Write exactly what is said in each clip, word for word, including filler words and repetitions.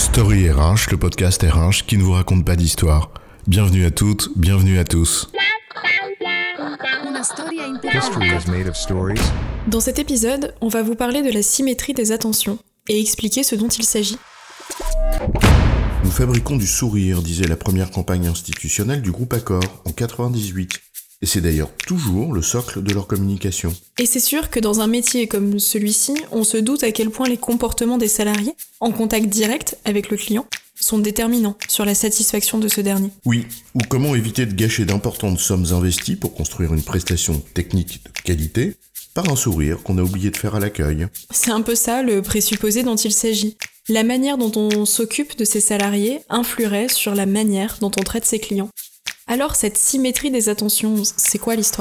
Story R H, le podcast R H qui ne vous raconte pas d'histoire. Bienvenue à toutes, bienvenue à tous. Dans cet épisode, on va vous parler de la symétrie des attentions et expliquer ce dont il s'agit. Nous fabriquons du sourire, disait la première campagne institutionnelle du groupe Accor en quatre-vingt-dix-huit. Et c'est d'ailleurs toujours le socle de leur communication. Et c'est sûr que dans un métier comme celui-ci, on se doute à quel point les comportements des salariés, en contact direct avec le client, sont déterminants sur la satisfaction de ce dernier. Oui, ou comment éviter de gâcher d'importantes sommes investies pour construire une prestation technique de qualité par un sourire qu'on a oublié de faire à l'accueil. C'est un peu ça le présupposé dont il s'agit. La manière dont on s'occupe de ses salariés influerait sur la manière dont on traite ses clients. Alors, cette symétrie des attentions, c'est quoi l'histoire ?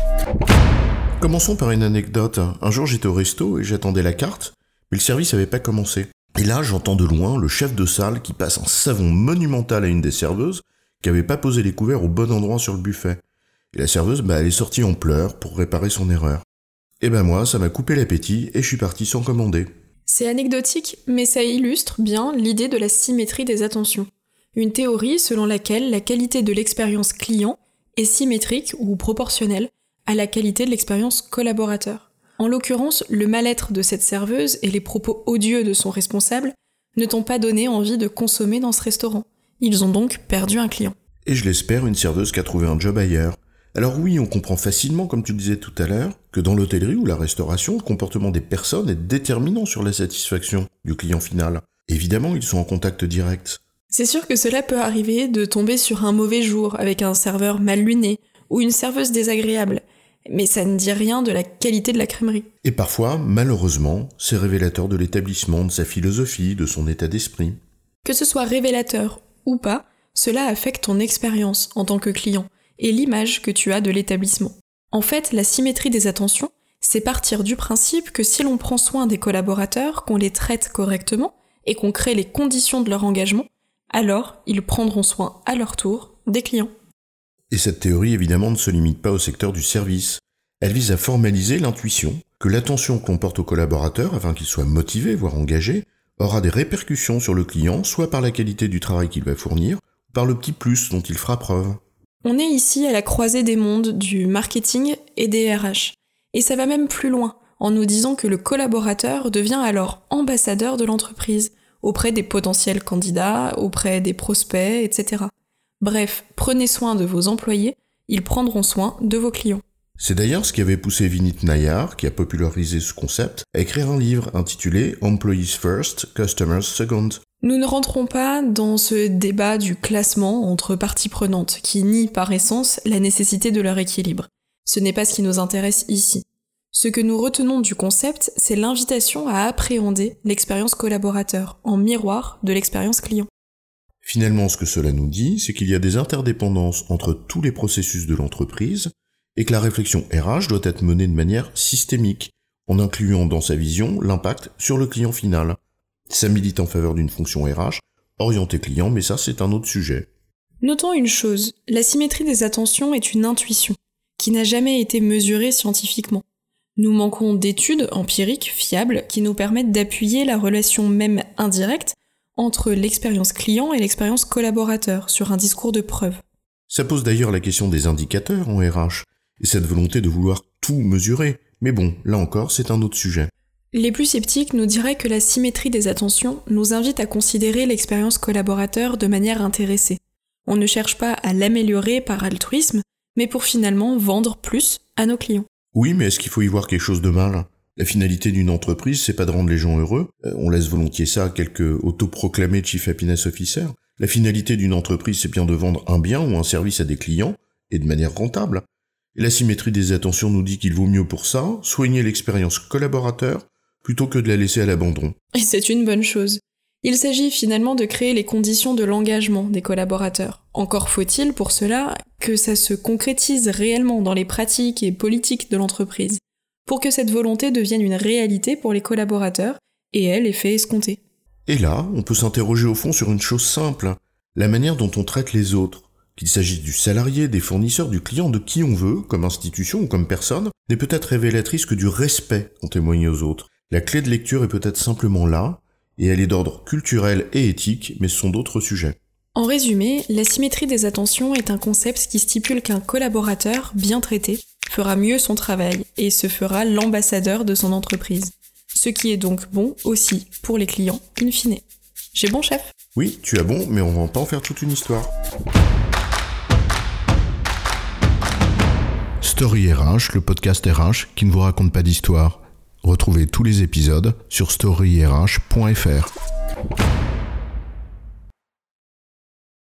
Commençons par une anecdote. Un jour, j'étais au resto et j'attendais la carte, mais le service n'avait pas commencé. Et là, j'entends de loin le chef de salle qui passe un savon monumental à une des serveuses qui avait pas posé les couverts au bon endroit sur le buffet. Et la serveuse, bah, elle est sortie en pleurs pour réparer son erreur. Et ben moi, ça m'a coupé l'appétit et je suis parti sans commander. C'est anecdotique, mais ça illustre bien l'idée de la symétrie des attentions. Une théorie selon laquelle la qualité de l'expérience client est symétrique ou proportionnelle à la qualité de l'expérience collaborateur. En l'occurrence, le mal-être de cette serveuse et les propos odieux de son responsable ne t'ont pas donné envie de consommer dans ce restaurant. Ils ont donc perdu un client. Et je l'espère, une serveuse qui a trouvé un job ailleurs. Alors oui, on comprend facilement, comme tu le disais tout à l'heure, que dans l'hôtellerie ou la restauration, le comportement des personnes est déterminant sur la satisfaction du client final. Évidemment, ils sont en contact direct. C'est sûr que cela peut arriver de tomber sur un mauvais jour avec un serveur mal luné ou une serveuse désagréable, mais ça ne dit rien de la qualité de la crèmerie. Et parfois, malheureusement, c'est révélateur de l'établissement, de sa philosophie, de son état d'esprit. Que ce soit révélateur ou pas, cela affecte ton expérience en tant que client et l'image que tu as de l'établissement. En fait, la symétrie des attentions, c'est partir du principe que si l'on prend soin des collaborateurs, qu'on les traite correctement et qu'on crée les conditions de leur engagement, alors ils prendront soin à leur tour des clients. Et cette théorie évidemment ne se limite pas au secteur du service. Elle vise à formaliser l'intuition que l'attention qu'on porte aux collaborateurs afin qu'ils soient motivés, voire engagés, aura des répercussions sur le client, soit par la qualité du travail qu'il va fournir, ou par le petit plus dont il fera preuve. On est ici à la croisée des mondes du marketing et des R H. Et ça va même plus loin, en nous disant que le collaborateur devient alors ambassadeur de l'entreprise, auprès des potentiels candidats, auprès des prospects, et cetera. Bref, prenez soin de vos employés, ils prendront soin de vos clients. C'est d'ailleurs ce qui avait poussé Vinit Nayar, qui a popularisé ce concept, à écrire un livre intitulé « Employees First, Customers Second ». Nous ne rentrons pas dans ce débat du classement entre parties prenantes, qui nie par essence la nécessité de leur équilibre. Ce n'est pas ce qui nous intéresse ici. Ce que nous retenons du concept, c'est l'invitation à appréhender l'expérience collaborateur en miroir de l'expérience client. Finalement, ce que cela nous dit, c'est qu'il y a des interdépendances entre tous les processus de l'entreprise et que la réflexion R H doit être menée de manière systémique, en incluant dans sa vision l'impact sur le client final. Ça milite en faveur d'une fonction R H orientée client, mais ça c'est un autre sujet. Notons une chose, la symétrie des attentions est une intuition, qui n'a jamais été mesurée scientifiquement. Nous manquons d'études empiriques fiables qui nous permettent d'appuyer la relation même indirecte entre l'expérience client et l'expérience collaborateur sur un discours de preuve. Ça pose d'ailleurs la question des indicateurs en R H, et cette volonté de vouloir tout mesurer. Mais bon, là encore, c'est un autre sujet. Les plus sceptiques nous diraient que la symétrie des attentions nous invite à considérer l'expérience collaborateur de manière intéressée. On ne cherche pas à l'améliorer par altruisme, mais pour finalement vendre plus à nos clients. Oui, mais est-ce qu'il faut y voir quelque chose de mal ? La finalité d'une entreprise, c'est pas de rendre les gens heureux. Euh, on laisse volontiers ça à quelques autoproclamés Chief Happiness Officer. La finalité d'une entreprise, c'est bien de vendre un bien ou un service à des clients, et de manière rentable. Et la symétrie des attentions nous dit qu'il vaut mieux pour ça soigner l'expérience collaborateur plutôt que de la laisser à l'abandon. Et c'est une bonne chose. Il s'agit finalement de créer les conditions de l'engagement des collaborateurs. Encore faut-il pour cela que ça se concrétise réellement dans les pratiques et politiques de l'entreprise, pour que cette volonté devienne une réalité pour les collaborateurs et ait l'effet escompté. Et là, on peut s'interroger au fond sur une chose simple, la manière dont on traite les autres. Qu'il s'agisse du salarié, des fournisseurs, du client, de qui on veut, comme institution ou comme personne, n'est peut-être révélatrice que du respect qu'on témoigne aux autres. La clé de lecture est peut-être simplement là, et elle est d'ordre culturel et éthique, mais ce sont d'autres sujets. En résumé, la symétrie des attentions est un concept qui stipule qu'un collaborateur, bien traité, fera mieux son travail et se fera l'ambassadeur de son entreprise. Ce qui est donc bon aussi pour les clients, in fine. J'ai bon, chef ? Oui, tu as bon, mais on va pas en faire toute une histoire. Story R H, le podcast R H qui ne vous raconte pas d'histoire. Retrouvez tous les épisodes sur story r h point f r.